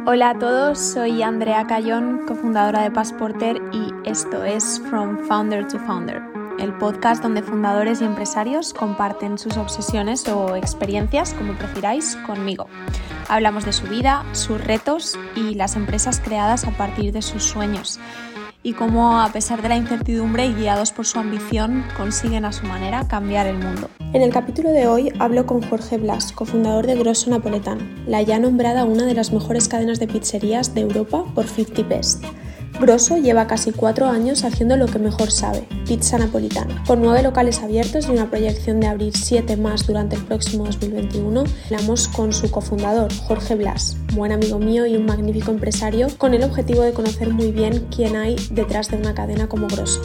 Hola a todos, soy Andrea Cayón, cofundadora de Passporter y esto es From Founder to Founder, el podcast donde fundadores y empresarios comparten sus obsesiones o experiencias, como prefiráis, conmigo. Hablamos de su vida, sus retos y las empresas creadas a partir de sus sueños y cómo, a pesar de la incertidumbre y guiados por su ambición, consiguen a su manera cambiar el mundo. En el capítulo de hoy hablo con Jorge Blas, cofundador de Grosso Napoletano, la ya nombrada una de las mejores cadenas de pizzerías de Europa por 50 Best. Grosso lleva casi 4 años haciendo lo que mejor sabe, pizza napolitana. Con 9 locales abiertos y una proyección de abrir 7 más durante el próximo 2021, hablamos con su cofundador, Jorge Blas, buen amigo mío y un magnífico empresario, con el objetivo de conocer muy bien quién hay detrás de una cadena como Grosso.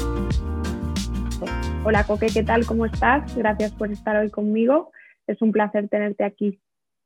Hola Coque, ¿qué tal? ¿Cómo estás? Gracias por estar hoy conmigo. Es un placer tenerte aquí.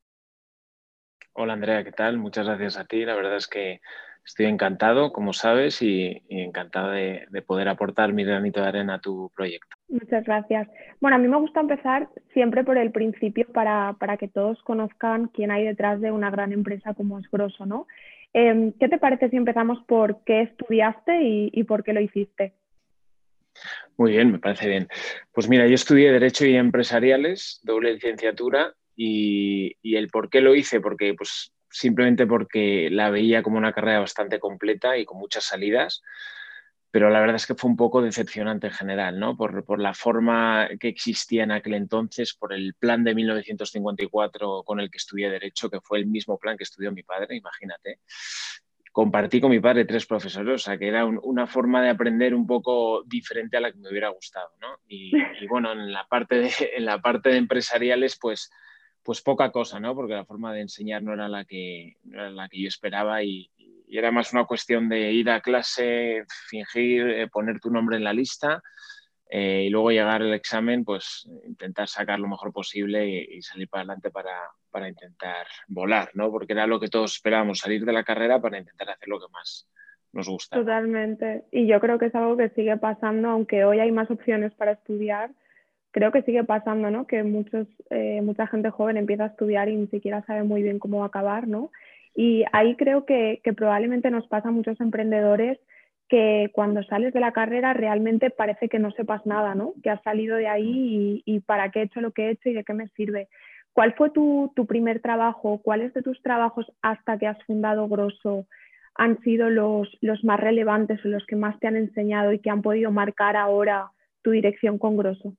Hola Andrea, ¿qué tal? Muchas gracias a ti. La verdad es que estoy encantado, como sabes, y encantado de poder aportar mi granito de arena a tu proyecto. Muchas gracias. Bueno, a mí me gusta empezar siempre por el principio para que todos conozcan quién hay detrás de una gran empresa como es Grosso, ¿no? ¿Qué te parece si empezamos por qué estudiaste y por qué lo hiciste? Muy bien, me parece bien. Pues mira, yo estudié Derecho y Empresariales, doble licenciatura, y el por qué lo hice, porque pues simplemente porque la veía como una carrera bastante completa y con muchas salidas, pero la verdad es que fue un poco decepcionante en general, ¿no? Por la forma que existía en aquel entonces, por el plan de 1954 con el que estudié Derecho, que fue el mismo plan que estudió mi padre, imagínate. Compartí con mi padre 3 profesores, o sea que era una forma de aprender un poco diferente a la que me hubiera gustado, ¿no? Y bueno, en la parte de empresariales, pues poca cosa, ¿no? Porque la forma de enseñar no era la que yo esperaba y era más una cuestión de ir a clase, fingir, poner tu nombre en la lista y luego llegar al examen, pues intentar sacar lo mejor posible y salir para adelante para intentar volar, ¿no? Porque era lo que todos esperábamos, salir de la carrera para intentar hacer lo que más nos gusta. Totalmente. Y yo creo que es algo que sigue pasando, aunque hoy hay más opciones para estudiar. Creo que sigue pasando, ¿no? Que mucha gente joven empieza a estudiar y ni siquiera sabe muy bien cómo va a acabar, ¿no? Y ahí creo que probablemente nos pasa a muchos emprendedores que cuando sales de la carrera realmente parece que no sepas nada, ¿no? Que has salido de ahí y para qué he hecho lo que he hecho y de qué me sirve. ¿Cuál fue tu primer trabajo? ¿Cuáles de tus trabajos hasta que has fundado Grosso han sido los más relevantes o los que más te han enseñado y que han podido marcar ahora tu dirección con Grosso?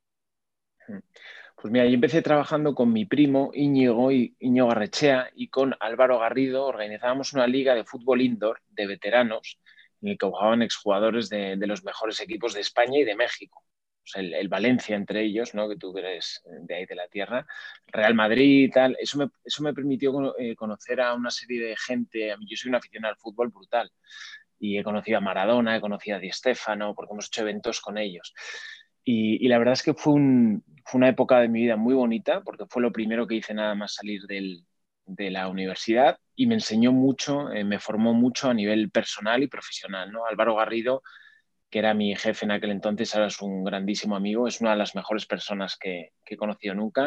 Pues mira, yo empecé trabajando con mi primo Íñigo Arrechea y con Álvaro Garrido. Organizábamos una liga de fútbol indoor de veteranos en el que jugaban exjugadores de los mejores equipos de España y de México. O sea, el Valencia entre ellos, ¿no? Que tú eres de ahí de la tierra, Real Madrid y tal. Eso me permitió conocer a una serie de gente. Yo soy un aficionado al fútbol brutal y he conocido a Maradona, he conocido a Di Stéfano, porque hemos hecho eventos con ellos. Y la verdad es que fue una época de mi vida muy bonita, porque fue lo primero que hice nada más salir de la universidad y me enseñó mucho, me formó mucho a nivel personal y profesional, ¿no? Álvaro Garrido, que era mi jefe en aquel entonces, ahora es un grandísimo amigo, es una de las mejores personas que he conocido nunca.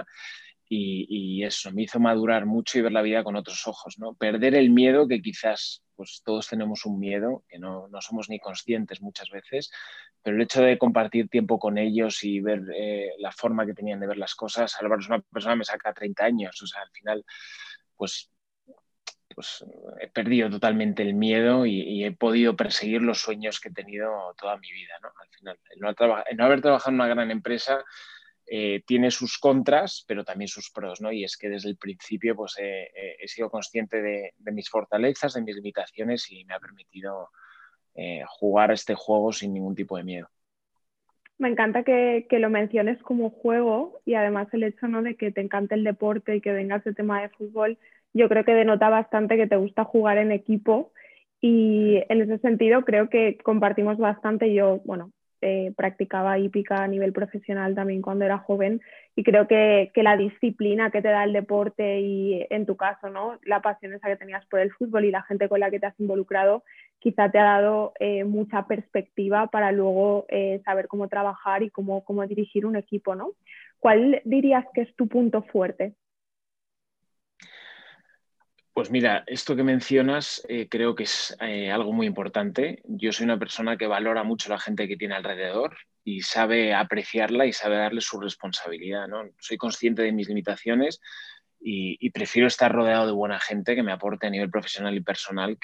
Y eso me hizo madurar mucho y ver la vida con otros ojos, ¿no? Perder el miedo, que quizás pues todos tenemos un miedo, que no somos ni conscientes muchas veces, pero el hecho de compartir tiempo con ellos y ver la forma que tenían de ver las cosas. Álvaro es una persona que me saca 30 años, o sea, al final pues he perdido totalmente el miedo y he podido perseguir los sueños que he tenido toda mi vida, ¿no? Al final, el no haber trabajado en una gran empresa tiene sus contras, pero también sus pros, ¿no? Y es que desde el principio pues, he sido consciente de mis fortalezas, de mis limitaciones y me ha permitido jugar a este juego sin ningún tipo de miedo. Me encanta que lo menciones como juego y además el hecho, ¿no?, de que te encante el deporte y que vengas de tema de fútbol, yo creo que denota bastante que te gusta jugar en equipo y en ese sentido creo que compartimos bastante. Yo, bueno, practicaba hípica a nivel profesional también cuando era joven y creo que la disciplina que te da el deporte y en tu caso, ¿no?, la pasión esa que tenías por el fútbol y la gente con la que te has involucrado quizá te ha dado mucha perspectiva para luego saber cómo trabajar y cómo dirigir un equipo, ¿no? ¿Cuál dirías que es tu punto fuerte? Pues mira, esto que mencionas creo que es algo muy importante. Yo soy una persona que valora mucho la gente que tiene alrededor y sabe apreciarla y sabe darle su responsabilidad, ¿no? Soy consciente de mis limitaciones y prefiero estar rodeado de buena gente que me aporte a nivel profesional y personal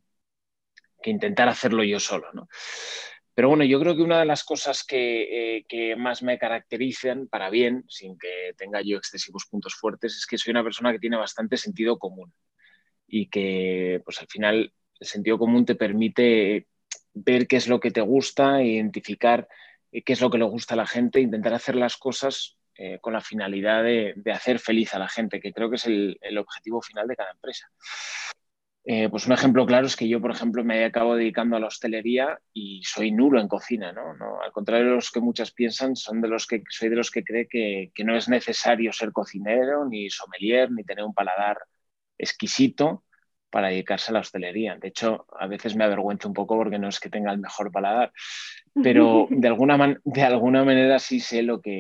que intentar hacerlo yo solo, ¿no? Pero bueno, yo creo que una de las cosas que más me caracterizan para bien, sin que tenga yo excesivos puntos fuertes, es que soy una persona que tiene bastante sentido común y que pues al final el sentido común te permite ver qué es lo que te gusta, identificar qué es lo que le gusta a la gente, intentar hacer las cosas con la finalidad de hacer feliz a la gente, que creo que es el objetivo final de cada empresa. Pues un ejemplo claro es que yo, por ejemplo, me acabo dedicando a la hostelería y soy nulo en cocina, ¿no? No, al contrario de los que muchas piensan, soy de los que cree que no es necesario ser cocinero, ni sommelier, ni tener un paladar exquisito para dedicarse a la hostelería. De hecho, a veces me avergüenzo un poco porque no es que tenga el mejor paladar, pero de alguna manera sí sé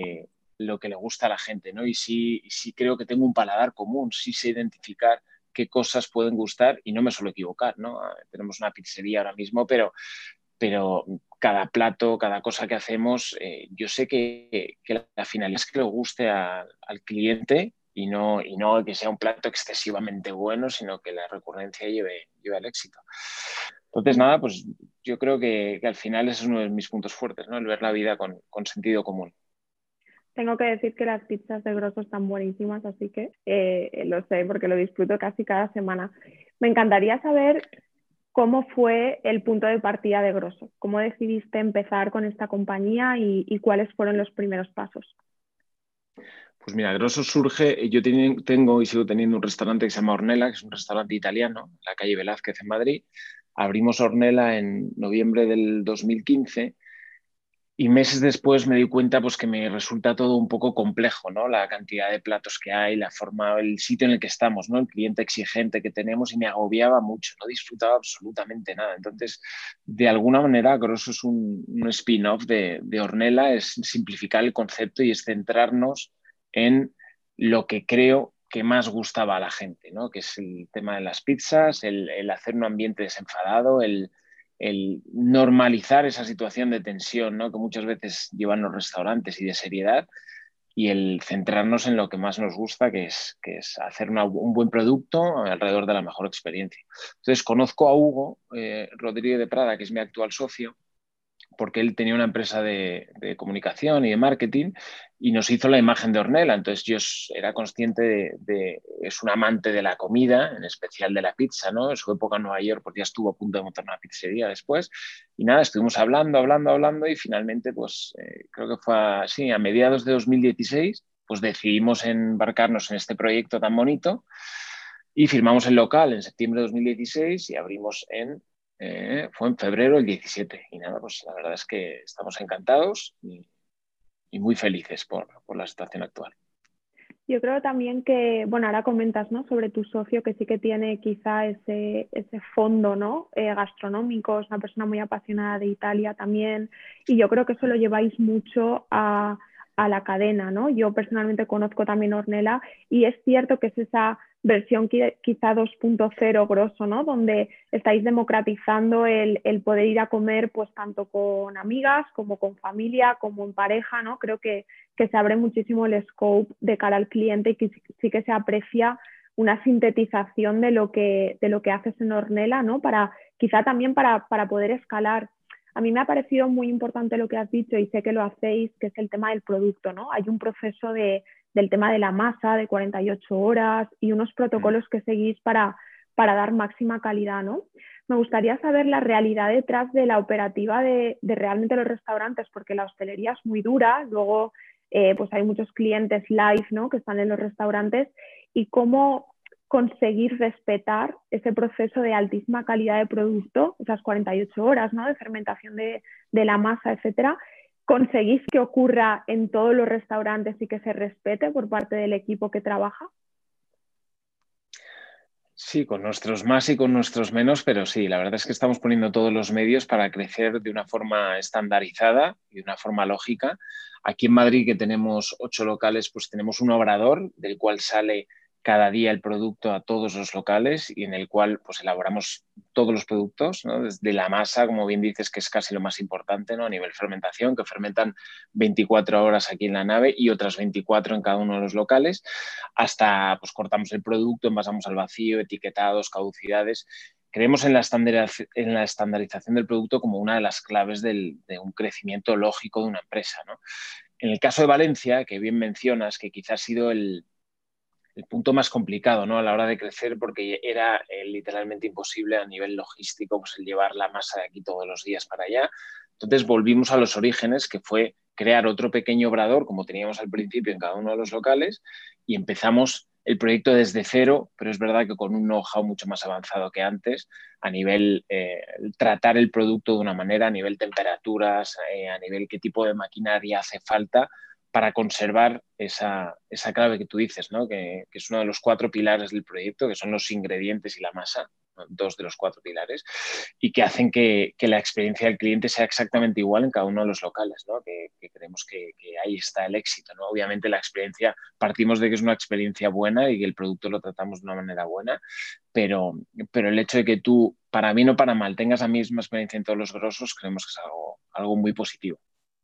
lo que le gusta a la gente, ¿no? Y sí creo que tengo un paladar común, sí sé identificar qué cosas pueden gustar y no me suelo equivocar, ¿no? Tenemos una pizzería ahora mismo, pero cada plato, cada cosa que hacemos, yo sé que la finalidad es que le guste al cliente y no que sea un plato excesivamente bueno, sino que la recurrencia lleve al éxito. Entonces, nada, pues yo creo que al final ese es uno de mis puntos fuertes, ¿no? El ver la vida con sentido común. Tengo que decir que las pizzas de Grosso están buenísimas, así que lo sé porque lo disfruto casi cada semana. Me encantaría saber cómo fue el punto de partida de Grosso, cómo decidiste empezar con esta compañía y cuáles fueron los primeros pasos. Pues mira, Grosso surge, yo tengo y sigo teniendo un restaurante que se llama Ornella, que es un restaurante italiano, en la calle Velázquez en Madrid. Abrimos Ornella en noviembre del 2015 y meses después me di cuenta pues, que me resulta todo un poco complejo, ¿no? La cantidad de platos que hay, la forma, el sitio en el que estamos, ¿no? El cliente exigente que tenemos y me agobiaba mucho, no disfrutaba absolutamente nada. Entonces, de alguna manera, Grosso es un spin-off de Ornella, es simplificar el concepto y es centrarnos en lo que creo que más gustaba a la gente, ¿no? Que es el tema de las pizzas, el hacer un ambiente desenfadado, el normalizar esa situación de tensión, ¿no? Que muchas veces llevan los restaurantes y de seriedad, y el centrarnos en lo que más nos gusta, que es hacer un buen producto alrededor de la mejor experiencia. Entonces, conozco a Hugo Rodríguez de Prada, que es mi actual socio, porque él tenía una empresa de comunicación y de marketing y nos hizo la imagen de Ornella. Entonces yo era consciente es un amante de la comida, en especial de la pizza, ¿no? En su época en Nueva York, porque ya estuvo a punto de montar una pizzería después. Y nada, estuvimos hablando y finalmente, pues creo que fue así, a mediados de 2016, pues decidimos embarcarnos en este proyecto tan bonito y firmamos el local en septiembre de 2016 y abrimos fue en febrero el 17. Y nada, pues la verdad es que estamos encantados y muy felices por la situación actual. Yo creo también que, bueno, ahora comentas, ¿no? Sobre tu socio que sí que tiene quizá ese fondo, ¿no? Gastronómico, es una persona muy apasionada de Italia también y yo creo que eso lo lleváis mucho a la cadena, ¿no? Yo personalmente conozco también Ornella y es cierto que es esa versión quizá 2.0 Grosso, ¿no? Donde estáis democratizando el poder ir a comer pues tanto con amigas como con familia, como en pareja, ¿no? Creo que se abre muchísimo el scope de cara al cliente y que sí que se aprecia una sintetización de lo que haces en Ornella, ¿no? Quizá también para poder escalar. A mí me ha parecido muy importante lo que has dicho y sé que lo hacéis, que es el tema del producto, ¿no? Hay un proceso del tema de la masa de 48 horas y unos protocolos que seguís para dar máxima calidad, ¿no? Me gustaría saber la realidad detrás de la operativa de realmente los restaurantes, porque la hostelería es muy dura, luego pues hay muchos clientes live, ¿no? Que están en los restaurantes y cómo conseguir respetar ese proceso de altísima calidad de producto, esas 48 horas, ¿no? De fermentación de la masa, etcétera. ¿Conseguís que ocurra en todos los restaurantes y que se respete por parte del equipo que trabaja? Sí, con nuestros más y con nuestros menos, pero sí, la verdad es que estamos poniendo todos los medios para crecer de una forma estandarizada y de una forma lógica. Aquí en Madrid, que tenemos 8 locales, pues tenemos un obrador del cual sale cada día el producto a todos los locales y en el cual pues elaboramos todos los productos, ¿no? Desde la masa, como bien dices, que es casi lo más importante, ¿no? A nivel fermentación, que fermentan 24 horas aquí en la nave y otras 24 en cada uno de los locales, hasta pues cortamos el producto, envasamos al vacío, etiquetados, caducidades. Creemos en la estandarización del producto como una de las claves de un crecimiento lógico de una empresa, ¿no? En el caso de Valencia, que bien mencionas, que quizás ha sido el punto más complicado, ¿no? A la hora de crecer, porque era literalmente imposible a nivel logístico pues, el llevar la masa de aquí todos los días para allá. Entonces volvimos a los orígenes, que fue crear otro pequeño obrador, como teníamos al principio en cada uno de los locales, y empezamos el proyecto desde cero, pero es verdad que con un know-how mucho más avanzado que antes, a nivel tratar el producto de una manera, a nivel temperaturas, a nivel qué tipo de maquinaria hace falta, para conservar esa clave que tú dices, ¿no? Que es uno de los 4 pilares del proyecto, que son los ingredientes y la masa, ¿no? 2 de los 4 pilares, y que hacen que la experiencia del cliente sea exactamente igual en cada uno de los locales, ¿no? Que creemos que ahí está el éxito, ¿no? Obviamente la experiencia, partimos de que es una experiencia buena y que el producto lo tratamos de una manera buena, pero el hecho de que tú, para bien o para mal, tengas la misma experiencia en todos los grosos, creemos que es algo muy positivo.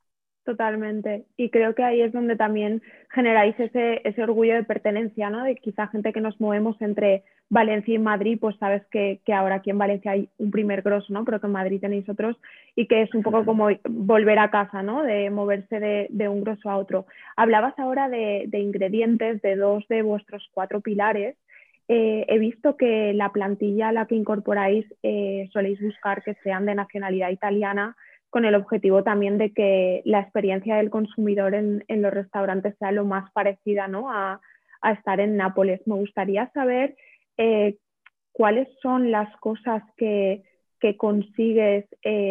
Totalmente. Y creo que ahí es donde también generáis ese orgullo de pertenencia, ¿no? De quizá gente que nos movemos entre Valencia y Madrid, pues sabes que ahora aquí en Valencia hay un primer grosso, ¿no? Pero que en Madrid tenéis otros y que es un poco como volver a casa, ¿no? De moverse de un grosso a otro. Hablabas ahora de ingredientes, de 2 de vuestros 4 pilares. He visto que la plantilla a la que incorporáis soléis buscar que sean de nacionalidad italiana, con el objetivo también de que la experiencia del consumidor en los restaurantes sea lo más parecida, ¿no? a estar en Nápoles. Me gustaría saber cuáles son las cosas que consigues,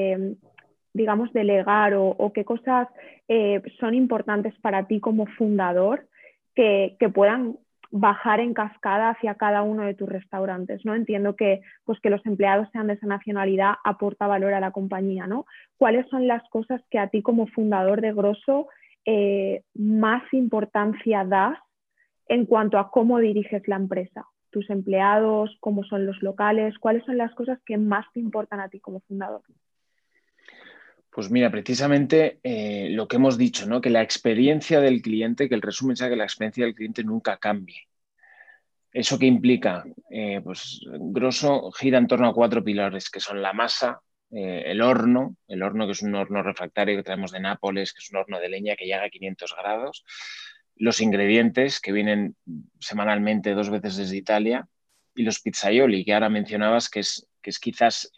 digamos, delegar o qué cosas son importantes para ti como fundador que puedan bajar en cascada hacia cada uno de tus restaurantes, ¿no? Entiendo que, pues, que los empleados sean de esa nacionalidad aporta valor a la compañía, ¿no? ¿Cuáles son las cosas que a ti como fundador de Grosso más importancia das en cuanto a cómo diriges la empresa? Tus empleados, cómo son los locales, ¿cuáles son las cosas que más te importan a ti como fundador? Pues mira, precisamente lo que hemos dicho, ¿no? Que la experiencia del cliente, que el resumen sea que la experiencia del cliente nunca cambie. ¿Eso qué implica? Pues Grosso gira en torno a 4 pilares, que son la masa, el horno que es un horno refractario que traemos de Nápoles, que es un horno de leña que llega a 500 grados, los ingredientes que vienen semanalmente 2 veces desde Italia, y los pizzaioli, que ahora mencionabas que es quizás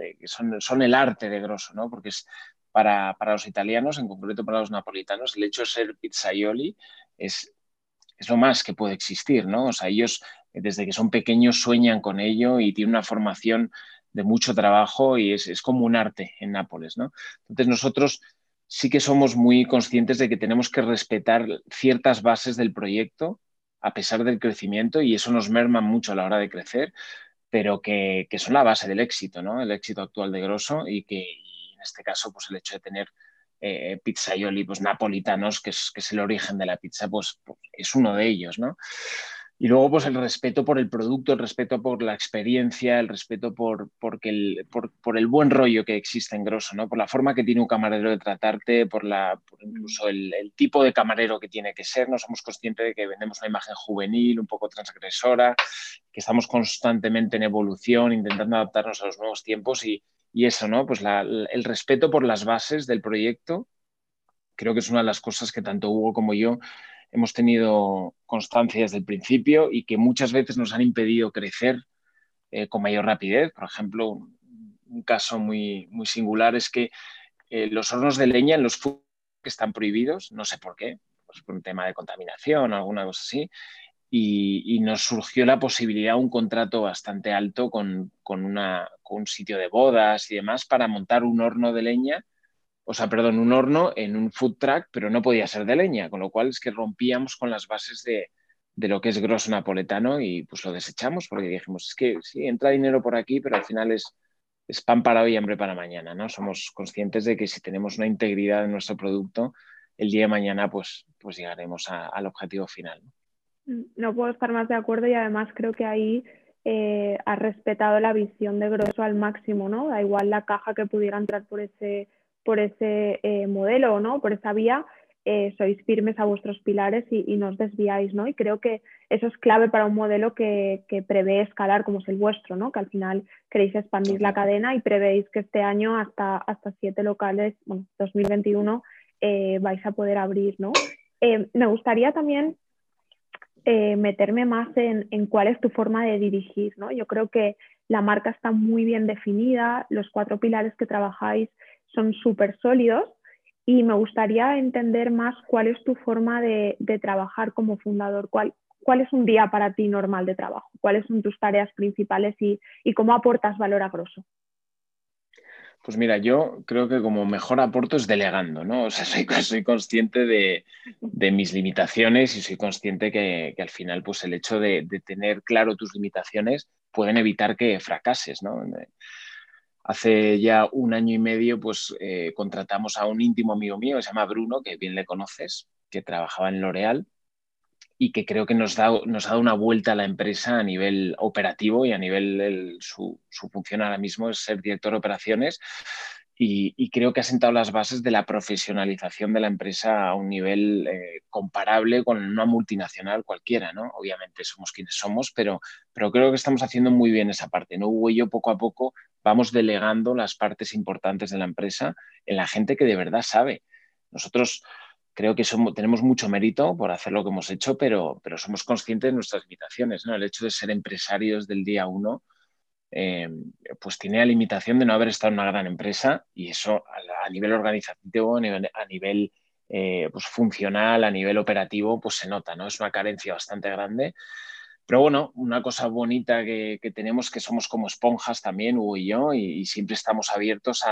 son el arte de Grosso, ¿no? Porque es para los italianos, en concreto para los napolitanos, el hecho de ser pizzaioli es lo más que puede existir, ¿no? O sea, ellos desde que son pequeños sueñan con ello y tienen una formación de mucho trabajo y es como un arte en Nápoles, ¿no? Entonces nosotros sí que somos muy conscientes de que tenemos que respetar ciertas bases del proyecto a pesar del crecimiento y eso nos merma mucho a la hora de crecer, pero que son la base del éxito, ¿no? El éxito actual de Grosso y en este caso pues el hecho de tener pizzaioli pues, napolitanos, que es el origen de la pizza, pues es uno de ellos, ¿no? Y luego, pues el respeto por el producto, el respeto por la experiencia, el respeto por el buen rollo que existe en Grosso, ¿no? Por la forma que tiene un camarero de tratarte, por incluso el tipo de camarero que tiene que ser. No somos conscientes de que vendemos una imagen juvenil, un poco transgresora, que estamos constantemente en evolución, intentando adaptarnos a los nuevos tiempos y eso, ¿no? Pues el respeto por las bases del proyecto, creo que es una de las cosas que tanto Hugo como yo hemos tenido constancia desde el principio y que muchas veces nos han impedido crecer con mayor rapidez. Por ejemplo, un caso muy, muy singular es que los hornos de leña en los food que están prohibidos, no sé por qué, pues por un tema de contaminación o alguna cosa así, y nos surgió la posibilidad, un contrato bastante alto con un sitio de bodas y demás para montar un horno de leña, o sea, perdón, un horno en un food truck, pero no podía ser de leña, con lo cual es que rompíamos con las bases de lo que es Grosso napoletano y pues lo desechamos porque dijimos, es que sí, entra dinero por aquí, pero al final es pan para hoy y hambre para mañana, ¿no? Somos conscientes de que si tenemos una integridad en nuestro producto, el día de mañana pues llegaremos al objetivo final, ¿no? No puedo estar más de acuerdo y además creo que ahí has respetado la visión de Grosso al máximo, ¿no? Da igual la caja que pudiera entrar por ese modelo, ¿no? Por esa vía, sois firmes a vuestros pilares y no os desviáis, ¿no? Y creo que eso es clave para un modelo que prevé escalar como es el vuestro, ¿no? Que al final queréis expandir la cadena y prevéis que este año hasta 7 locales, bueno, 2021, vais a poder abrir, ¿no? Me gustaría también meterme más en cuál es tu forma de dirigir, ¿no? Yo creo que la marca está muy bien definida, los 4 pilares que trabajáis son súper sólidos y me gustaría entender más cuál es tu forma de trabajar como fundador, cuál es un día para ti normal de trabajo, cuáles son tus tareas principales y cómo aportas valor a Grosso. Pues mira, yo creo que como mejor aporto es delegando, ¿no? O sea, soy consciente de mis limitaciones y soy consciente que al final, pues el hecho de tener claro tus limitaciones pueden evitar que fracases, ¿no? Hace ya 1 año y medio, pues contratamos a un íntimo amigo mío que se llama Bruno, que bien le conoces, que trabajaba en L'Oréal y que creo que nos ha dado una vuelta a la empresa a nivel operativo y a nivel su función ahora mismo es ser director de operaciones y creo que ha sentado las bases de la profesionalización de la empresa a un nivel comparable con una multinacional cualquiera, ¿no? Obviamente somos quienes somos, pero creo que estamos haciendo muy bien esa parte, ¿no? Hugo y yo poco a poco vamos delegando las partes importantes de la empresa en la gente que de verdad sabe. Nosotros creo que tenemos mucho mérito por hacer lo que hemos hecho, pero somos conscientes de nuestras limitaciones, ¿no? El hecho de ser empresarios del día uno, pues tiene la limitación de no haber estado en una gran empresa y eso a nivel organizativo, a nivel pues funcional, a nivel operativo, pues se nota, ¿no? Es una carencia bastante grande. Pero bueno, una cosa bonita que tenemos es que somos como esponjas también, Hugo y yo, y siempre estamos abiertos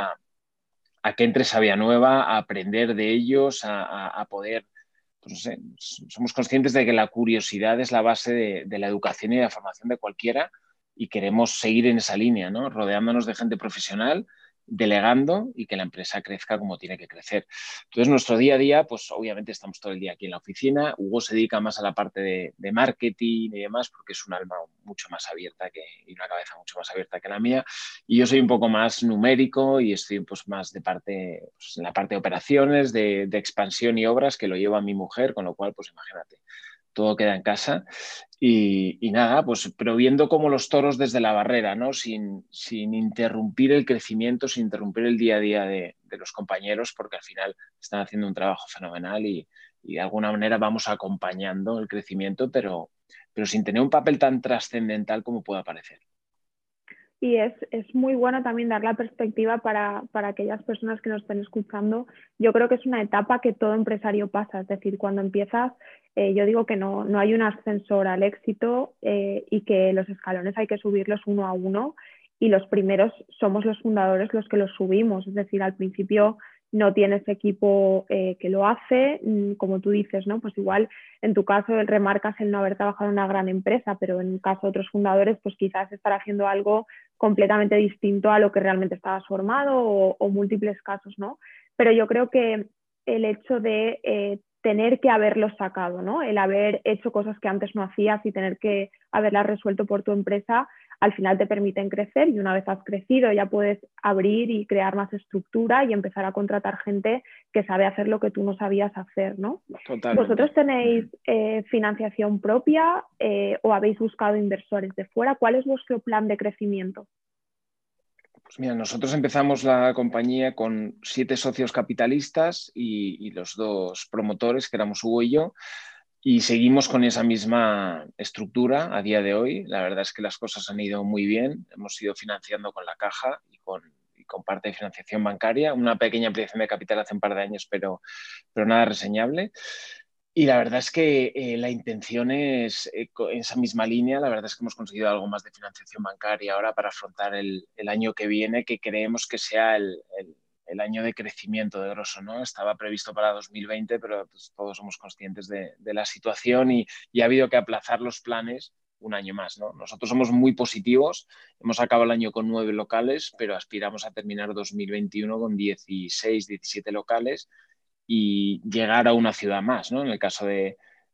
a que entre esa vía nueva, a aprender de ellos, a poder, pues no sé, somos conscientes de que la curiosidad es la base de la educación y de la formación de cualquiera y queremos seguir en esa línea, ¿no? Rodeándonos de gente profesional, delegando y que la empresa crezca como tiene que crecer. Entonces, nuestro día a día, pues obviamente estamos todo el día aquí en la oficina. Hugo se dedica más a la parte de marketing y demás porque es un alma mucho más abierta y una cabeza mucho más abierta que la mía. Y yo soy un poco más numérico y estoy pues, más de parte, pues, en la parte de operaciones, de expansión y obras que lo lleva mi mujer, con lo cual, pues imagínate, todo queda en casa. Y nada, pues pero viendo como los toros desde la barrera, ¿no? Sin interrumpir el crecimiento, sin interrumpir el día a día de los compañeros, porque al final están haciendo un trabajo fenomenal y de alguna manera vamos acompañando el crecimiento, pero sin tener un papel tan trascendental como pueda parecer. Y es muy bueno también dar la perspectiva para aquellas personas que nos estén escuchando. Yo creo que es una etapa que todo empresario pasa, es decir, cuando empiezas, yo digo que no hay un ascensor al éxito y que los escalones hay que subirlos uno a uno y los primeros somos los fundadores los que los subimos, es decir, al principio no tienes equipo que lo hace, como tú dices, ¿no? Pues igual en tu caso remarcas el no haber trabajado en una gran empresa, pero en el caso de otros fundadores, pues quizás estar haciendo algo completamente distinto a lo que realmente estabas formado o múltiples casos, ¿no? Pero yo creo que el hecho de tener que haberlo sacado, ¿no? El haber hecho cosas que antes no hacías y tener que haberlas resuelto por tu empresa, al final te permiten crecer y una vez has crecido ya puedes abrir y crear más estructura y empezar a contratar gente que sabe hacer lo que tú no sabías hacer, ¿no? Totalmente. ¿Vosotros tenéis financiación propia o habéis buscado inversores de fuera? ¿Cuál es vuestro plan de crecimiento? Pues mira, nosotros empezamos la compañía con 7 socios capitalistas y los 2 promotores, que éramos Hugo y yo, y seguimos con esa misma estructura a día de hoy. La verdad es que las cosas han ido muy bien. Hemos ido financiando con la caja y con parte de financiación bancaria. Una pequeña ampliación de capital hace un par de años, pero nada reseñable. Y la verdad es que la intención es, en esa misma línea, la verdad es que hemos conseguido algo más de financiación bancaria ahora para afrontar el año que viene, que creemos que sea el año de crecimiento de Grosso, ¿no? Estaba previsto para 2020, pero pues, todos somos conscientes de la situación y ha habido que aplazar los planes un año más, ¿no? Nosotros somos muy positivos, hemos acabado el año con 9 locales, pero aspiramos a terminar 2021 con 16, 17 locales y llegar a una ciudad más, ¿no? En el caso de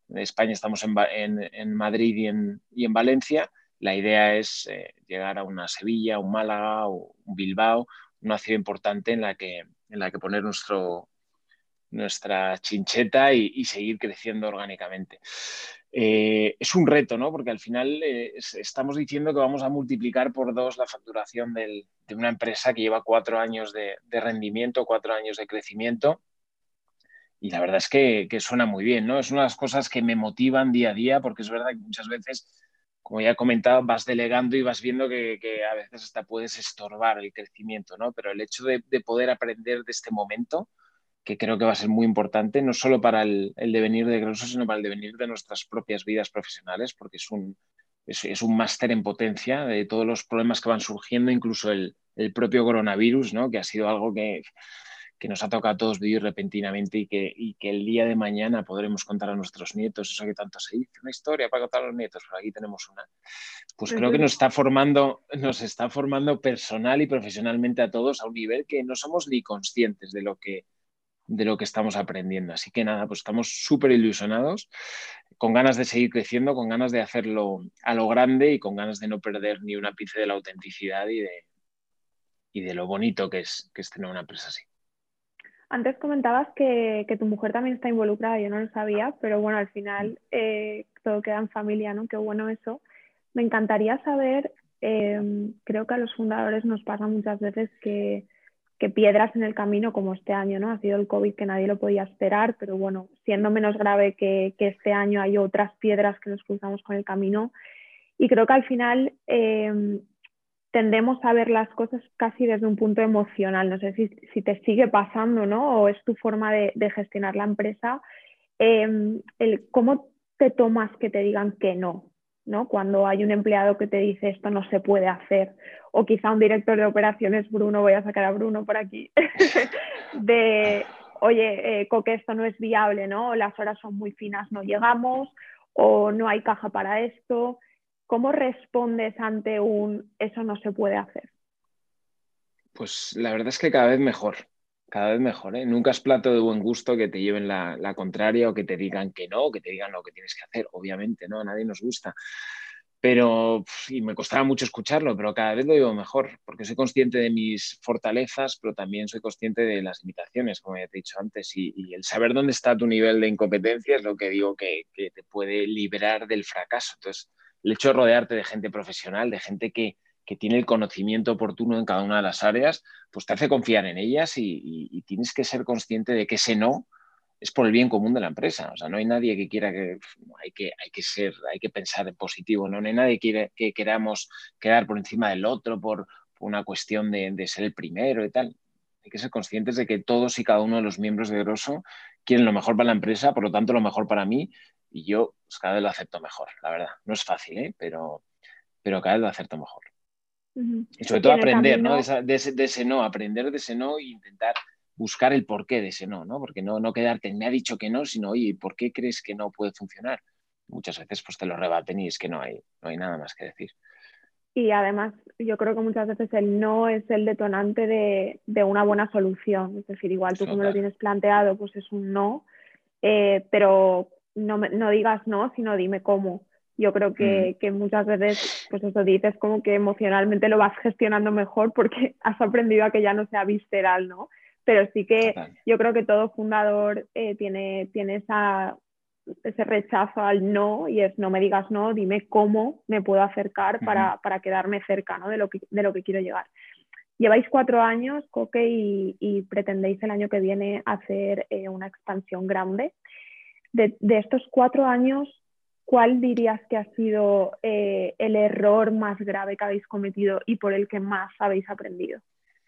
En España estamos en Madrid y en Valencia. La idea es llegar a una Sevilla, un Málaga o un Bilbao, una ciudad importante en la que poner nuestra chincheta y seguir creciendo orgánicamente. Es un reto, ¿no? Porque al final estamos diciendo que vamos a multiplicar por 2 la facturación de una empresa que lleva 4 años de rendimiento, 4 años de crecimiento. Y la verdad es que suena muy bien, ¿no? Es una de las cosas que me motivan día a día, porque es verdad que muchas veces, como ya he comentado, vas delegando y vas viendo que a veces hasta puedes estorbar el crecimiento, ¿no? Pero el hecho de poder aprender de este momento, que creo que va a ser muy importante, no solo para el devenir de Grosso, sino para el devenir de nuestras propias vidas profesionales, porque es un máster en potencia de todos los problemas que van surgiendo, incluso el propio coronavirus, ¿no? Que ha sido algo que nos ha tocado a todos vivir repentinamente y que el día de mañana podremos contar a nuestros nietos, eso que tanto se dice, una historia para contar a los nietos, pero aquí tenemos una. Pues creo que nos está formando personal y profesionalmente a todos a un nivel que no somos ni conscientes de lo que estamos aprendiendo. Así que nada, pues estamos súper ilusionados, con ganas de seguir creciendo, con ganas de hacerlo a lo grande y con ganas de no perder ni un ápice de la autenticidad y de lo bonito que es tener una empresa así. Antes comentabas que tu mujer también está involucrada, yo no lo sabía, pero bueno, al final todo queda en familia, ¿no? Qué bueno eso. Me encantaría saber, creo que a los fundadores nos pasa muchas veces que piedras en el camino, como este año, ¿no? Ha sido el COVID que nadie lo podía esperar, pero bueno, siendo menos grave que este año hay otras piedras que nos cruzamos con el camino. Y creo que al final tendemos a ver las cosas casi desde un punto emocional. No sé si te sigue pasando, ¿no? O es tu forma de gestionar la empresa. ¿Cómo te tomas que te digan que no? ¿No? Cuando hay un empleado que te dice esto no se puede hacer, o quizá un director de operaciones, Bruno, voy a sacar a Bruno por aquí, oye, Coque, esto no es viable, ¿no? Las horas son muy finas, no llegamos, o no hay caja para esto. ¿Cómo respondes ante eso no se puede hacer? Pues la verdad es que cada vez mejor, ¿eh? Nunca es plato de buen gusto que te lleven la contraria o que te digan que no, o que te digan lo que tienes que hacer, obviamente, ¿no? A nadie nos gusta. Pero, y me costaba mucho escucharlo, pero cada vez lo digo mejor, porque soy consciente de mis fortalezas, pero también soy consciente de las limitaciones, como ya te he dicho antes, y el saber dónde está tu nivel de incompetencia es lo que digo que te puede liberar del fracaso. Entonces, el hecho de rodearte de gente profesional, de gente que tiene el conocimiento oportuno en cada una de las áreas, pues te hace confiar en ellas y tienes que ser consciente de que ese no es por el bien común de la empresa. O sea, no hay nadie que quiera hay que pensar en positivo, ¿no? No hay nadie que queramos quedar por encima del otro por una cuestión de ser el primero y tal. Hay que ser conscientes de que todos y cada uno de los miembros de Grosso quieren lo mejor para la empresa, por lo tanto lo mejor para mí, y yo pues, cada vez lo acepto mejor, la verdad. No es fácil, ¿eh? Pero cada vez lo acepto mejor. Y sobre todo aprender, ¿no? De ese no, aprender de ese no e intentar buscar el porqué de ese no, ¿no? Porque no quedarte, me ha dicho que no, sino, oye, ¿por qué crees que no puede funcionar? Muchas veces pues te lo rebaten y es que no hay nada más que decir. Y además, yo creo que muchas veces el no es el detonante de una buena solución. Es decir, igual tú como lo tienes planteado, pues es un no, pero no digas no, sino dime cómo. Yo creo que muchas veces, pues eso dices como que emocionalmente lo vas gestionando mejor porque has aprendido a que ya no sea visceral, ¿no? Pero sí que total. Yo creo que todo fundador tiene ese rechazo al no, y es no me digas no, dime cómo me puedo acercar para quedarme cerca, ¿no? de lo que quiero llegar. Lleváis 4 años, Coque, y pretendéis el año que viene hacer una expansión grande. De estos 4 años, ¿cuál dirías que ha sido el error más grave que habéis cometido y por el que más habéis aprendido?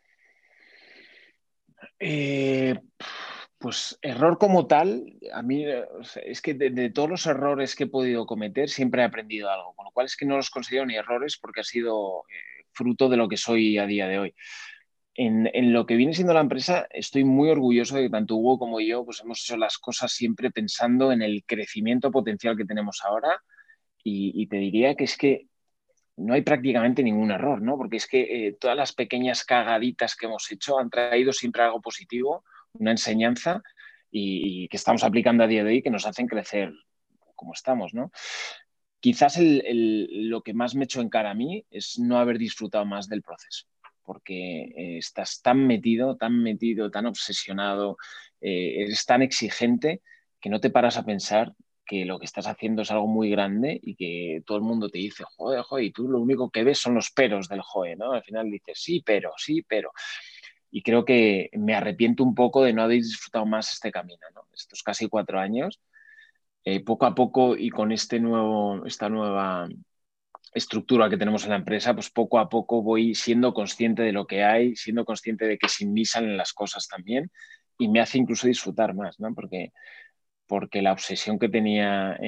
Pues error como tal, a mí es que de todos los errores que he podido cometer siempre he aprendido algo, con lo cual es que no los considero ni errores porque ha sido fruto de lo que soy a día de hoy. En lo que viene siendo la empresa, estoy muy orgulloso de que tanto Hugo como yo pues hemos hecho las cosas siempre pensando en el crecimiento potencial que tenemos ahora y te diría que es que no hay prácticamente ningún error, ¿no? Porque es que todas las pequeñas cagaditas que hemos hecho han traído siempre algo positivo, una enseñanza y que estamos aplicando a día de hoy que nos hacen crecer como estamos, ¿no? Quizás lo que más me echó en cara a mí es no haber disfrutado más del proceso, porque estás tan metido, tan obsesionado, eres tan exigente que no te paras a pensar que lo que estás haciendo es algo muy grande y que todo el mundo te dice, joder, joder, y tú lo único que ves son los peros del joe, ¿no? Al final dices, sí, pero, sí, pero. Y creo que me arrepiento un poco de no haber disfrutado más este camino, ¿no? Estos casi 4 años, poco a poco y con esta nueva estructura que tenemos en la empresa, pues poco a poco voy siendo consciente de lo que hay, siendo consciente de que se en mí salen las cosas también y me hace incluso disfrutar más, ¿no? Porque la obsesión que tenía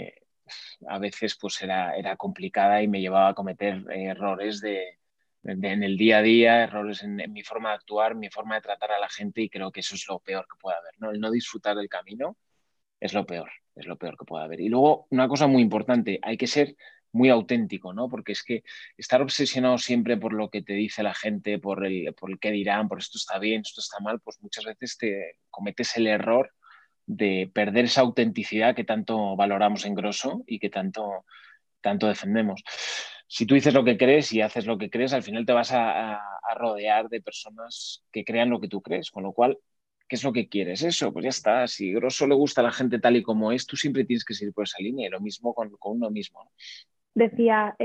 a veces pues era complicada y me llevaba a cometer errores en el día a día, errores en mi forma de actuar, mi forma de tratar a la gente y creo que eso es lo peor que puede haber, ¿no? El no disfrutar del camino es lo peor que puede haber. Y luego, una cosa muy importante, hay que ser muy auténtico, ¿no? Porque es que estar obsesionado siempre por lo que te dice la gente, por el qué dirán, por esto está bien, esto está mal, pues muchas veces te cometes el error de perder esa autenticidad que tanto valoramos en Grosso y que tanto defendemos. Si tú dices lo que crees y haces lo que crees, al final te vas a rodear de personas que crean lo que tú crees, con lo cual, ¿qué es lo que quieres? Eso, pues ya está. Si Grosso le gusta a la gente tal y como es, tú siempre tienes que seguir por esa línea y lo mismo con uno mismo, ¿no? Decía,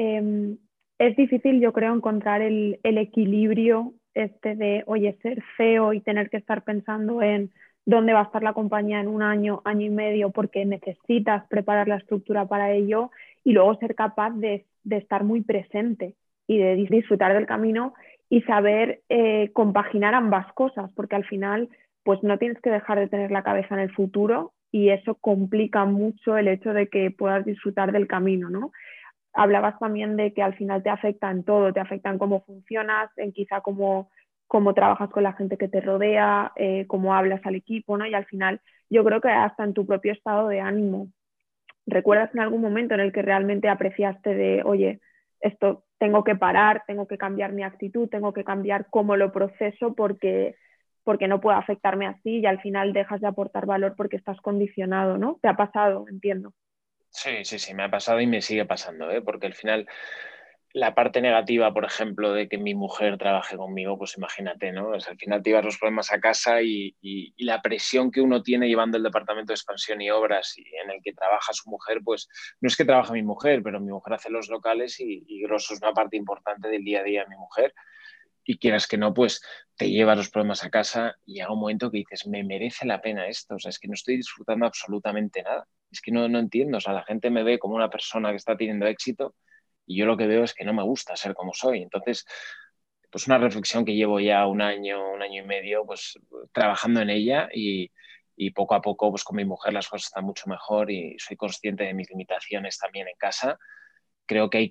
es difícil, yo creo, encontrar el equilibrio este de, oye, ser CEO y tener que estar pensando en dónde va a estar la compañía en un año, año y medio, porque necesitas preparar la estructura para ello y luego ser capaz de estar muy presente y de disfrutar del camino y saber compaginar ambas cosas, porque al final pues no tienes que dejar de tener la cabeza en el futuro y eso complica mucho el hecho de que puedas disfrutar del camino, ¿no? Hablabas también de que al final te afecta en todo, te afecta en cómo funcionas, en quizá cómo trabajas con la gente que te rodea, cómo hablas al equipo, ¿no? Y al final yo creo que hasta en tu propio estado de ánimo. ¿Recuerdas en algún momento en el que realmente apreciaste de, oye, esto tengo que parar, tengo que cambiar mi actitud, tengo que cambiar cómo lo proceso porque no puede afectarme así y al final dejas de aportar valor porque estás condicionado, ¿no? ¿Te ha pasado? Entiendo. Sí, sí, sí, me ha pasado y me sigue pasando, ¿eh? Porque al final la parte negativa, por ejemplo, de que mi mujer trabaje conmigo, pues imagínate, ¿no? Al final te llevas los problemas a casa y la presión que uno tiene llevando el departamento de expansión y obras y en el que trabaja su mujer, pues no es que trabaja mi mujer, pero mi mujer hace los locales y Grosso es una parte importante del día a día de mi mujer y quieras que no, pues te llevas los problemas a casa y llega un momento que dices, me merece la pena esto, o sea, es que no estoy disfrutando absolutamente nada, es que no entiendo, o sea, la gente me ve como una persona que está teniendo éxito y yo lo que veo es que no me gusta ser como soy, entonces, pues una reflexión que llevo ya un año y medio, pues trabajando en ella y poco a poco, pues con mi mujer las cosas están mucho mejor y soy consciente de mis limitaciones también en casa. Creo que hay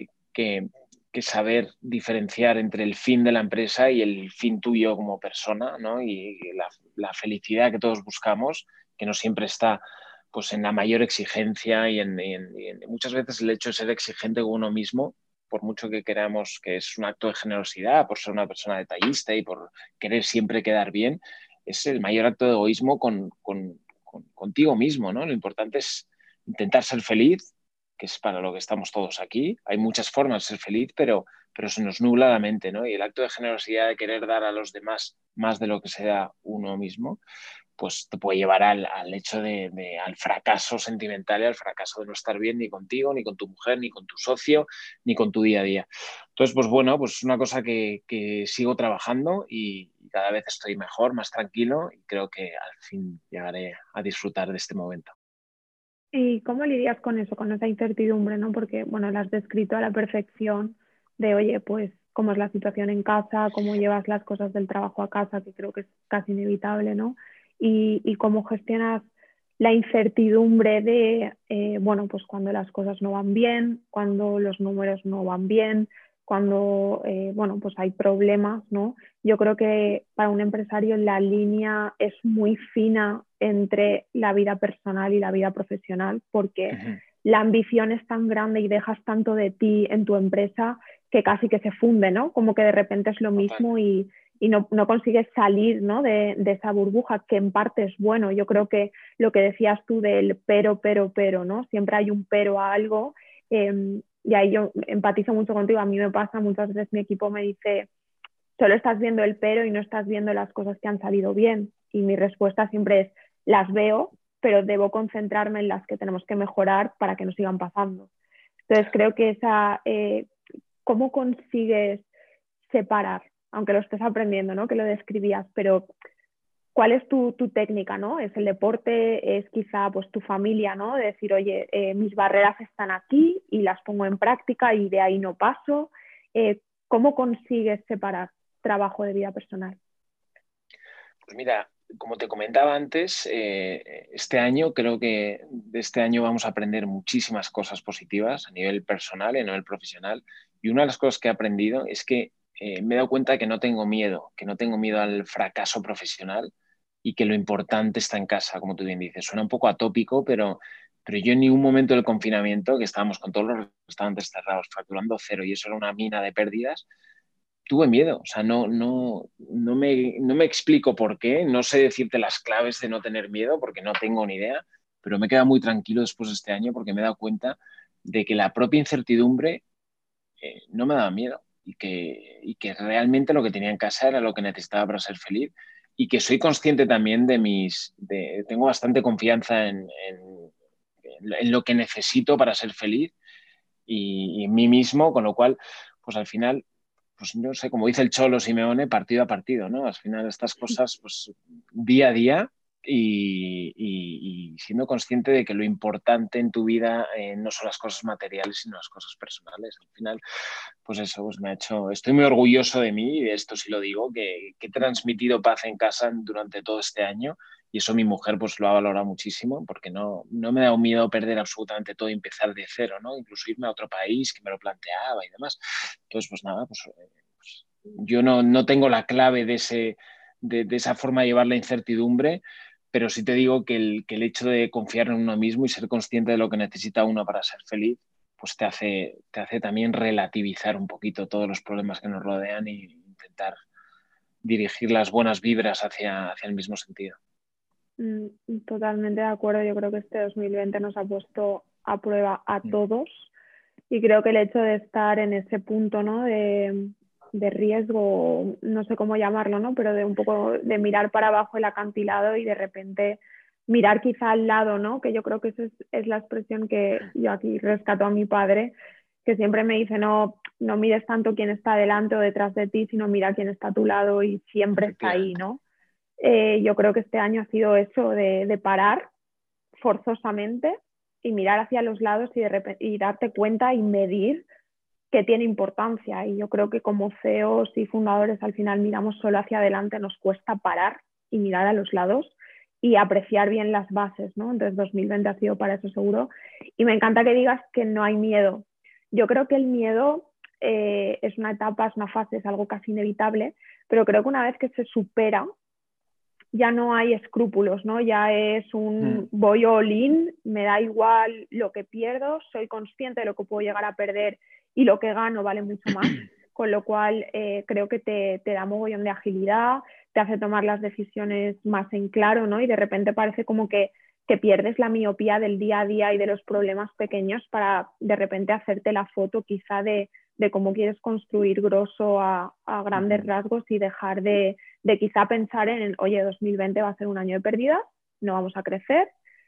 que saber diferenciar entre el fin de la empresa y el fin tuyo como persona, ¿no? Y la felicidad que todos buscamos, que no siempre está pues en la mayor exigencia y muchas veces el hecho de ser exigente con uno mismo, por mucho que queramos que es un acto de generosidad, por ser una persona detallista y por querer siempre quedar bien, es el mayor acto de egoísmo contigo mismo, ¿no? Lo importante es intentar ser feliz, que es para lo que estamos todos aquí. Hay muchas formas de ser feliz, pero se nos nubla la mente, ¿no? Y el acto de generosidad de querer dar a los demás más de lo que se da uno mismo, pues te puede llevar al hecho al fracaso sentimental y al fracaso de no estar bien ni contigo, ni con tu mujer, ni con tu socio, ni con tu día a día. Entonces, pues bueno, pues es una cosa que sigo trabajando y cada vez estoy mejor, más tranquilo y creo que al fin llegaré a disfrutar de este momento. ¿Y cómo lidias con eso, con esa incertidumbre, ¿no? Porque, bueno, la has descrito a la perfección de, oye, pues, cómo es la situación en casa, cómo llevas las cosas del trabajo a casa, que creo que es casi inevitable, ¿no? Y cómo gestionas la incertidumbre de, bueno, pues cuando las cosas no van bien, cuando los números no van bien, cuando, bueno, pues hay problemas, ¿no? Yo creo que para un empresario la línea es muy fina entre la vida personal y la vida profesional, porque Uh-huh. la ambición es tan grande y dejas tanto de ti en tu empresa que casi que se funde, ¿no? Como que de repente es lo Total. mismo no consigues salir, ¿no? de esa burbuja, que en parte es bueno. Yo creo que lo que decías tú del pero, ¿no? Siempre hay un pero a algo. Y ahí yo empatizo mucho contigo. A mí me pasa, muchas veces mi equipo me dice, solo estás viendo el pero y no estás viendo las cosas que han salido bien. Y mi respuesta siempre es, las veo, pero debo concentrarme en las que tenemos que mejorar para que no sigan pasando. Entonces creo que ¿cómo consigues separar? Aunque lo estés aprendiendo, ¿no? Que lo describías, pero ¿cuál es tu técnica, ¿no? ¿Es el deporte? ¿Es quizá pues tu familia, ¿no? De decir, oye, mis barreras están aquí y las pongo en práctica y de ahí no paso. ¿Cómo consigues separar trabajo de vida personal? Pues mira, como te comentaba antes, este año creo que de este año vamos a aprender muchísimas cosas positivas a nivel personal y a nivel profesional. Y una de las cosas que he aprendido es que me he dado cuenta que no tengo miedo al fracaso profesional y que lo importante está en casa, como tú bien dices. Suena un poco atópico, pero yo en ningún momento del confinamiento, que estábamos con todos los restaurantes cerrados, facturando cero y eso era una mina de pérdidas, tuve miedo. O sea, no me explico por qué, no sé decirte las claves de no tener miedo porque no tengo ni idea, pero me he quedado muy tranquilo después de este año porque me he dado cuenta de que la propia incertidumbre no me daba miedo y que realmente lo que tenía en casa era lo que necesitaba para ser feliz y que soy consciente también tengo bastante confianza en lo que necesito para ser feliz y en mí mismo, con lo cual, pues al final, pues no sé, como dice el Cholo Simeone, partido a partido, ¿no? Al final estas cosas, pues día a día y siendo consciente de que lo importante en tu vida no son las cosas materiales, sino las cosas personales. Al final, pues eso pues me ha hecho, estoy muy orgulloso de mí y de esto sí lo digo, que he transmitido paz en casa durante todo este año y eso mi mujer pues lo ha valorado muchísimo porque no me da un miedo perder absolutamente todo y empezar de cero, ¿no? Incluso irme a otro país que me lo planteaba y demás. Entonces, pues nada, pues yo no tengo la clave de esa forma de llevar la incertidumbre, pero sí te digo que el hecho de confiar en uno mismo y ser consciente de lo que necesita uno para ser feliz, pues te hace también relativizar un poquito todos los problemas que nos rodean e intentar dirigir las buenas vibras hacia el mismo sentido. Totalmente de acuerdo. Yo creo que este 2020 nos ha puesto a prueba a todos y creo que el hecho de estar en ese punto, ¿no? de riesgo, no sé cómo llamarlo, ¿no? Pero de un poco de mirar para abajo el acantilado y de repente mirar quizá al lado, ¿no? Que yo creo que esa es la expresión que yo aquí rescato a mi padre, que siempre me dice, no mires tanto quién está delante o detrás de ti, sino mira quién está a tu lado y siempre está ahí, ¿no? Yo creo que este año ha sido eso de parar forzosamente y mirar hacia los lados y darte cuenta y medir que tiene importancia. Y yo creo que como CEOs y fundadores al final miramos solo hacia adelante, nos cuesta parar y mirar a los lados y apreciar bien las bases, ¿no? Entonces 2020 ha sido para eso seguro. Y me encanta que digas que no hay miedo. Yo creo que el miedo es una etapa, es una fase, es algo casi inevitable, pero creo que una vez que se supera, ya no hay escrúpulos, ¿no? Ya es voy all in, me da igual lo que pierdo, soy consciente de lo que puedo llegar a perder y lo que gano vale mucho más, con lo cual creo que te da mogollón de agilidad, te hace tomar las decisiones más en claro, ¿no? Y de repente parece como que pierdes la miopía del día a día y de los problemas pequeños para de repente hacerte la foto quizá de cómo quieres construir grosso a grandes rasgos y dejar de quizá pensar oye, 2020 va a ser un año de pérdida, no vamos a crecer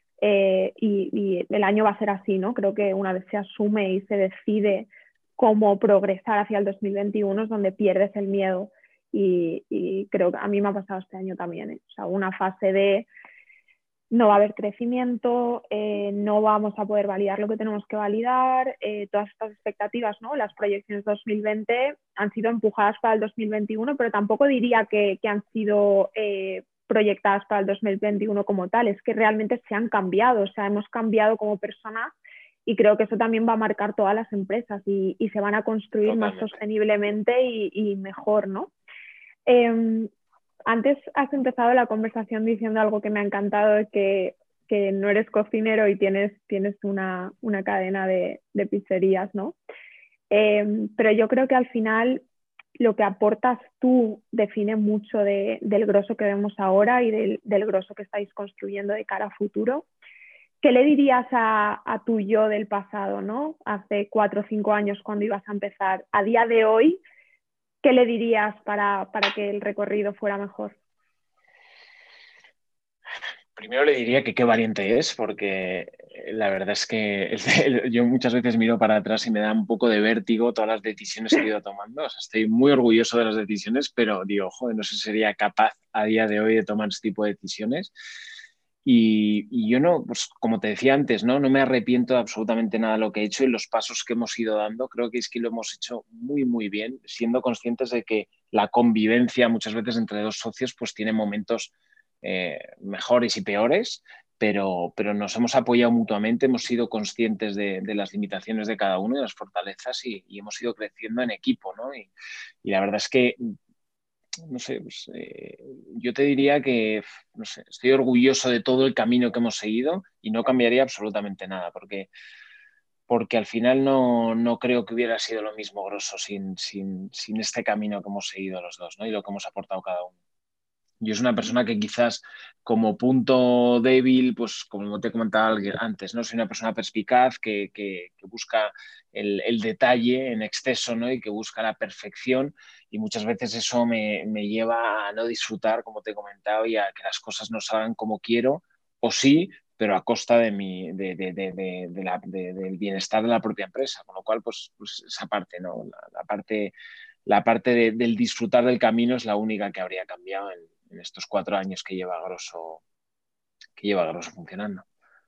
y el año va a ser así, ¿no? Creo que una vez se asume y se decide cómo progresar hacia el 2021 es donde pierdes el miedo y creo que a mí me ha pasado este año también, ¿eh? O sea, una fase de no va a haber crecimiento, no vamos a poder validar lo que tenemos que validar, todas estas expectativas, ¿no? Las proyecciones 2020 han sido empujadas para el 2021, pero tampoco diría que han sido proyectadas para el 2021 como tal, es que realmente se han cambiado, o sea, hemos cambiado como personas y creo que eso también va a marcar todas las empresas y se van a construir Totalmente. más sosteniblemente y mejor, ¿no? Antes has empezado la conversación diciendo algo que me ha encantado, que no eres cocinero y tienes una cadena de pizzerías, ¿no? Pero yo creo que al final lo que aportas tú define mucho del Grosso que vemos ahora y del Grosso que estáis construyendo de cara a futuro. ¿Qué le dirías a tu yo del pasado, ¿no? Hace 4 o 5 años cuando ibas a empezar? A día de hoy, ¿qué le dirías para que el recorrido fuera mejor? Primero le diría que qué valiente es, porque la verdad es que yo muchas veces miro para atrás y me da un poco de vértigo todas las decisiones que he ido tomando. O sea, estoy muy orgulloso de las decisiones, pero digo, joder, no sé si sería capaz a día de hoy de tomar este tipo de decisiones. Y yo no, pues como te decía antes, ¿no? No me arrepiento de absolutamente nada de lo que he hecho y los pasos que hemos ido dando. Creo que es que lo hemos hecho muy, muy bien, siendo conscientes de que la convivencia muchas veces entre dos socios pues tiene momentos mejores y peores, pero nos hemos apoyado mutuamente, hemos sido conscientes de las limitaciones de cada uno y de las fortalezas y hemos ido creciendo en equipo, ¿no? Y la verdad es que no sé, pues, yo te diría que no sé, estoy orgulloso de todo el camino que hemos seguido y no cambiaría absolutamente nada, porque al final no creo que hubiera sido lo mismo Grosso sin este camino que hemos seguido los dos, ¿no? Y lo que hemos aportado cada uno. Yo es una persona que quizás como punto débil, pues como te comentaba antes, ¿no? Soy una persona perspicaz que busca el detalle en exceso, ¿no? Y que busca la perfección y muchas veces eso me lleva a no disfrutar, como te he comentado, y a que las cosas no salgan como quiero, o sí, pero a costa del bienestar de la propia empresa. Con lo cual, pues esa parte, ¿no? La parte del disfrutar del camino es la única que habría cambiado en estos 4 años que lleva Grosso funcionando.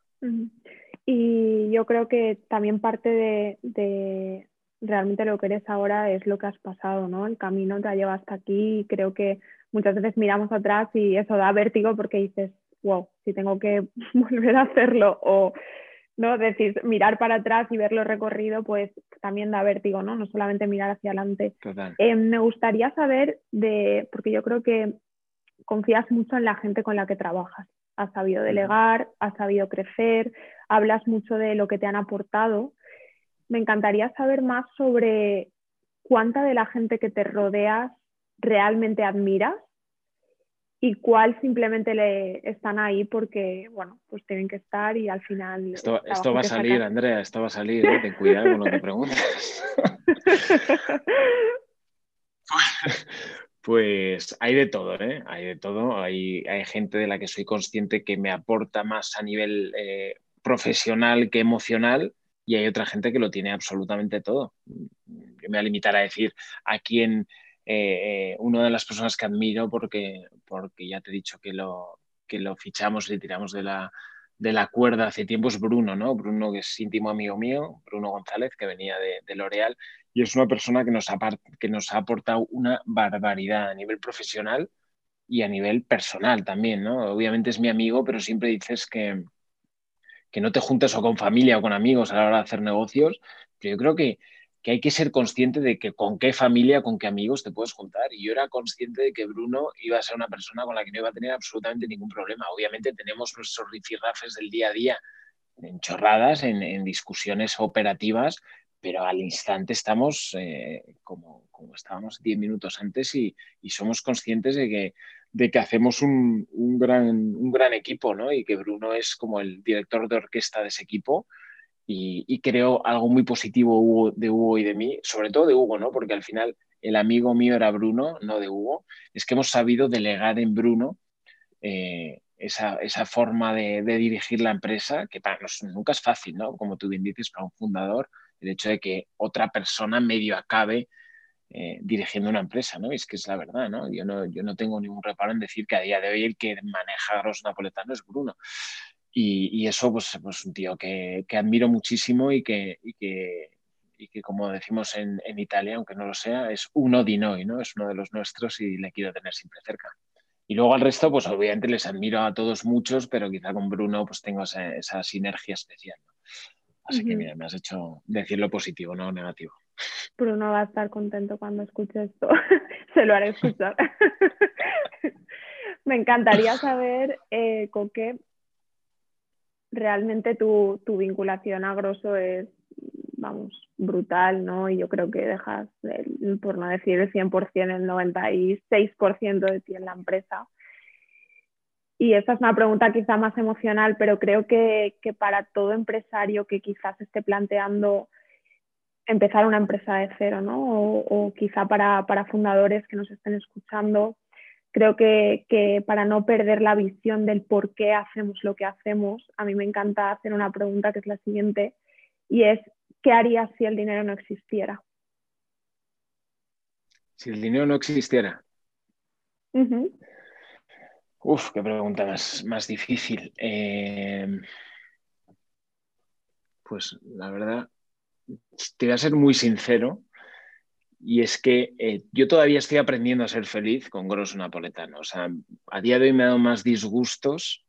Y yo creo que también parte de realmente lo que eres ahora es lo que has pasado, ¿no? El camino te ha llevado hasta aquí y creo que muchas veces miramos atrás y eso da vértigo porque dices, wow, si tengo que volver a hacerlo o no decir, mirar para atrás y verlo recorrido, pues también da vértigo, ¿no? No solamente mirar hacia adelante. Total. Me gustaría saber porque yo creo que confías mucho en la gente con la que trabajas. Has sabido delegar, has sabido crecer, hablas mucho de lo que te han aportado. Me encantaría saber más sobre cuánta de la gente que te rodeas realmente admiras y cuál simplemente le están ahí porque, bueno, pues tienen que estar y al final Esto va a salir, Andrea, esto va a salir, ¿eh? Ten cuidado con lo que preguntas. Pues hay de todo, ¿eh? Hay de todo. Hay gente de la que soy consciente que me aporta más a nivel profesional que emocional y hay otra gente que lo tiene absolutamente todo. Yo me voy a limitar a decir a quién, una de las personas que admiro porque ya te he dicho que lo fichamos y tiramos de la cuerda hace tiempo es Bruno, ¿no? Bruno, que es íntimo amigo mío, Bruno González, que venía de L'Oréal y es una persona que nos ha aportado una barbaridad a nivel profesional y a nivel personal también, ¿no? Obviamente es mi amigo, pero siempre dices que no te juntes o con familia o con amigos a la hora de hacer negocios, pero yo creo que hay que ser consciente de que con qué familia, con qué amigos te puedes juntar. Y yo era consciente de que Bruno iba a ser una persona con la que no iba a tener absolutamente ningún problema. Obviamente tenemos nuestros rifirrafes del día a día en chorradas, en discusiones operativas, pero al instante estamos como estábamos 10 minutos antes y somos conscientes de que hacemos un gran equipo, ¿no? Y que Bruno es como el director de orquesta de ese equipo y creo algo muy positivo de Hugo y de mí, sobre todo de Hugo, ¿no? Porque al final el amigo mío era Bruno, no de Hugo, es que hemos sabido delegar en Bruno esa forma de dirigir la empresa, que para nosotros nunca es fácil, ¿no? Como tú bien dices, para un fundador, el hecho de que otra persona medio acabe dirigiendo una empresa, ¿no? Y es que es la verdad, ¿no? Yo no tengo ningún reparo en decir que a día de hoy el que maneja Grosso Napoletano es Bruno. Y eso, pues un tío que admiro muchísimo y que como decimos en Italia, aunque no lo sea, es uno di noi, ¿no? Es uno de los nuestros y le quiero tener siempre cerca. Y luego al resto, pues obviamente les admiro a todos muchos, pero quizá con Bruno pues tengo esa sinergia especial, ¿no? Así que mira, me has hecho decir lo positivo, no negativo. Bruno va a estar contento cuando escuche esto. Se lo haré escuchar. Me encantaría saber, Coque, realmente tu vinculación a Grosso es vamos, brutal, ¿no? Y yo creo que dejas, por no decir el 100%, el 96% de ti en la empresa. Y esta es una pregunta quizá más emocional, pero creo que para todo empresario que quizás esté planteando empezar una empresa de cero, ¿no? O quizá para fundadores que nos estén escuchando, creo que para no perder la visión del por qué hacemos lo que hacemos, a mí me encanta hacer una pregunta que es la siguiente, y es, ¿qué harías si el dinero no existiera? Si el dinero no existiera. Uh-huh. Uf, qué pregunta más difícil. Pues la verdad, te voy a ser muy sincero, y es que yo todavía estoy aprendiendo a ser feliz con grosso napoletano. O sea, a día de hoy me ha dado más disgustos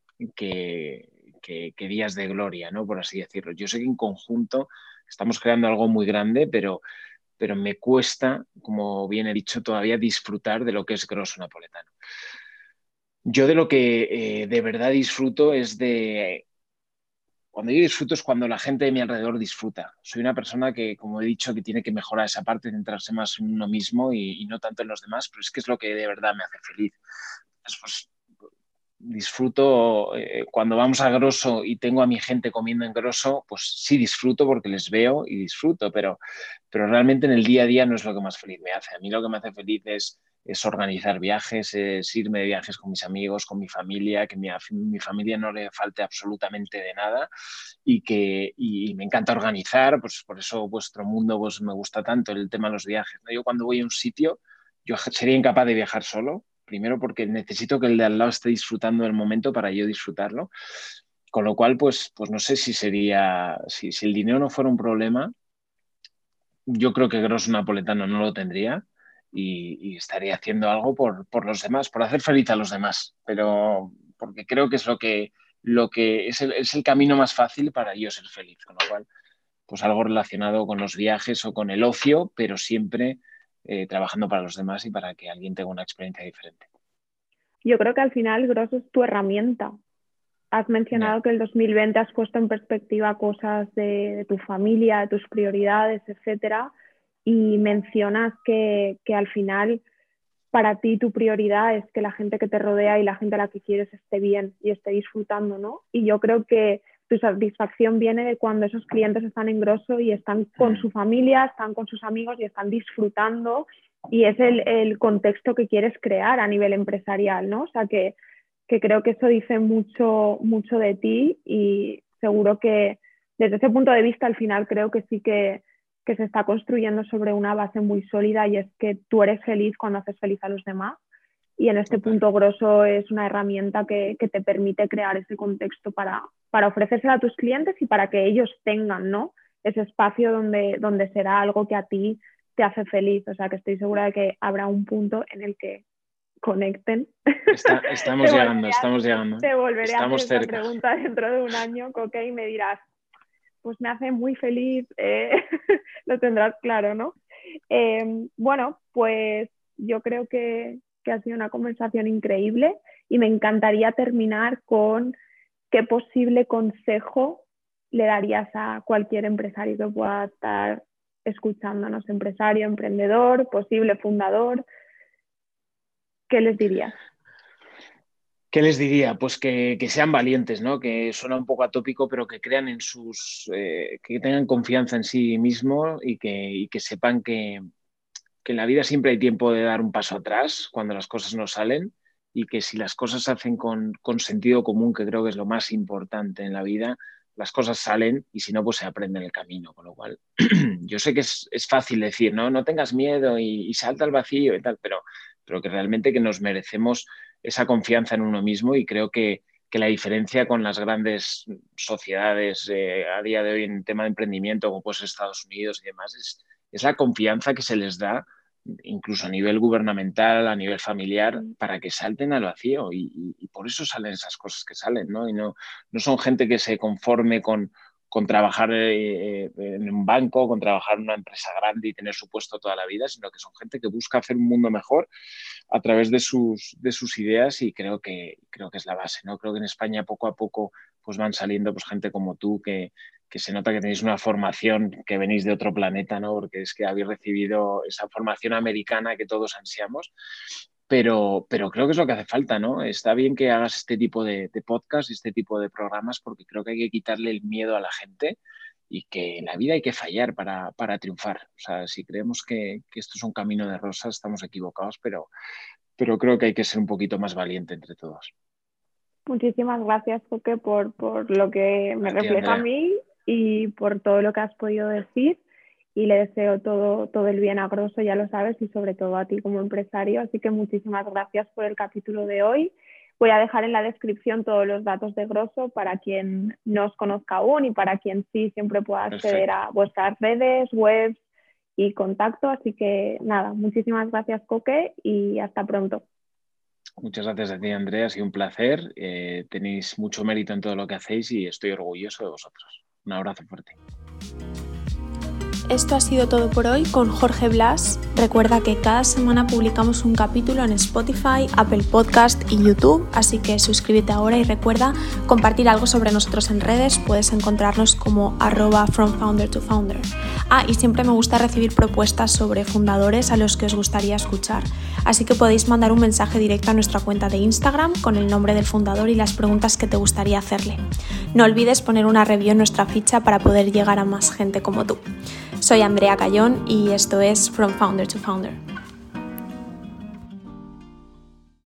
que días de gloria, ¿no? Por así decirlo. Yo sé que en conjunto estamos creando algo muy grande, pero me cuesta, como bien he dicho, todavía disfrutar de lo que es grosso napoletano. Yo de lo que de verdad disfruto es de... Cuando yo disfruto es cuando la gente de mi alrededor disfruta. Soy una persona que, como he dicho, que tiene que mejorar esa parte, centrarse más en uno mismo y no tanto en los demás, pero es que es lo que de verdad me hace feliz. Pues, disfruto cuando vamos a Grosso y tengo a mi gente comiendo en Grosso, pues sí disfruto porque les veo y disfruto, pero realmente en el día a día no es lo que más feliz me hace. A mí lo que me hace feliz es organizar viajes, es irme de viajes con mis amigos, con mi familia, que mi familia no le falte absolutamente de nada y me encanta organizar, pues por eso vuestro mundo pues, me gusta tanto el tema de los viajes, ¿no? Yo cuando voy a un sitio, yo sería incapaz de viajar solo, primero porque necesito que el de al lado esté disfrutando del momento para yo disfrutarlo, con lo cual pues no sé si sería, si el dinero no fuera un problema, yo creo que grosso napoletano no lo tendría y estaría haciendo algo por los demás, por hacer feliz a los demás, pero porque creo que es lo que es el camino más fácil para yo ser feliz, con lo cual, pues algo relacionado con los viajes o con el ocio, pero siempre trabajando para los demás y para que alguien tenga una experiencia diferente. Yo creo que al final Grosso es tu herramienta. Has mencionado Yeah. que el 2020 has puesto en perspectiva cosas de tu familia, de tus prioridades, etcétera, y mencionas que al final para ti tu prioridad es que la gente que te rodea y la gente a la que quieres esté bien y esté disfrutando, ¿no? Y yo creo que tu satisfacción viene de cuando esos clientes están en Grosso y están con su familia, están con sus amigos y están disfrutando, y es el contexto que quieres crear a nivel empresarial, ¿no? O sea que creo que eso dice mucho, mucho de ti, y seguro que desde ese punto de vista al final creo que sí que se está construyendo sobre una base muy sólida, y es que tú eres feliz cuando haces feliz a los demás, y en este punto Grosso es una herramienta que te permite crear ese contexto para ofrecérselo a tus clientes y para que ellos tengan, ¿no?, ese espacio donde será algo que a ti te hace feliz. O sea que estoy segura de que habrá un punto en el que conecten. Estamos llegando. Te volveré a hacer Estamos esa cerca. pregunta dentro de un año, Coque, y me dirás, pues me hace muy feliz, lo tendrás claro, ¿no? Bueno, pues yo creo que ha sido una conversación increíble, y me encantaría terminar con qué posible consejo le darías a cualquier empresario que pueda estar escuchándonos, empresario, emprendedor, posible fundador. ¿Qué les dirías? ¿Qué les diría? Pues que sean valientes, ¿no? Que suena un poco atópico, pero que crean en que tengan confianza en sí mismos y que sepan que en la vida siempre hay tiempo de dar un paso atrás cuando las cosas no salen, y que si las cosas se hacen con sentido común, que creo que es lo más importante en la vida, las cosas salen, y si no, pues se aprende en el camino. Con lo cual, yo sé que es fácil decir, ¿no? No tengas miedo y salta al vacío y tal, pero que realmente que nos merecemos esa confianza en uno mismo, y creo que la diferencia con las grandes sociedades a día de hoy en tema de emprendimiento, como pues Estados Unidos y demás, es la confianza que se les da, incluso a nivel gubernamental, a nivel familiar, para que salten al vacío, y por eso salen esas cosas que salen, ¿no? Y no son gente que se conforme con trabajar en un banco, con trabajar en una empresa grande y tener su puesto toda la vida, sino que son gente que busca hacer un mundo mejor a través de sus ideas, y creo que es la base, ¿no? Creo que en España poco a poco pues van saliendo pues gente como tú que se nota que tenéis una formación que venís de otro planeta, ¿no? Porque es que habéis recibido esa formación americana que todos ansiamos. Pero creo que es lo que hace falta, ¿no? Está bien que hagas este tipo de podcast, este tipo de programas, porque creo que hay que quitarle el miedo a la gente y que en la vida hay que fallar para triunfar. O sea, si creemos que esto es un camino de rosas, estamos equivocados, pero creo que hay que ser un poquito más valiente entre todos. Muchísimas gracias, Coque, por lo que me refleja a mí y por todo lo que has podido decir. Y le deseo todo el bien a Grosso, ya lo sabes, y sobre todo a ti como empresario. Así que muchísimas gracias por el capítulo de hoy. Voy a dejar en la descripción todos los datos de Grosso para quien no os conozca aún y para quien sí siempre pueda acceder a vuestras redes, webs y contacto. Así que nada, muchísimas gracias, Coque, y hasta pronto. Muchas gracias a ti, Andrea. Ha sido un placer. Tenéis mucho mérito en todo lo que hacéis y estoy orgulloso de vosotros. Un abrazo fuerte. Esto ha sido todo por hoy con Jorge Blas. Recuerda que cada semana publicamos un capítulo en Spotify, Apple Podcast y YouTube, así que suscríbete ahora y recuerda compartir algo sobre nosotros en redes. Puedes encontrarnos como @FromFounderToFounder. Y siempre me gusta recibir propuestas sobre fundadores a los que os gustaría escuchar, así que podéis mandar un mensaje directo a nuestra cuenta de Instagram con el nombre del fundador y las preguntas que te gustaría hacerle. No olvides poner una review en nuestra ficha para poder llegar a más gente como tú. Soy Andrea Cayón y esto es From Founder to Founder.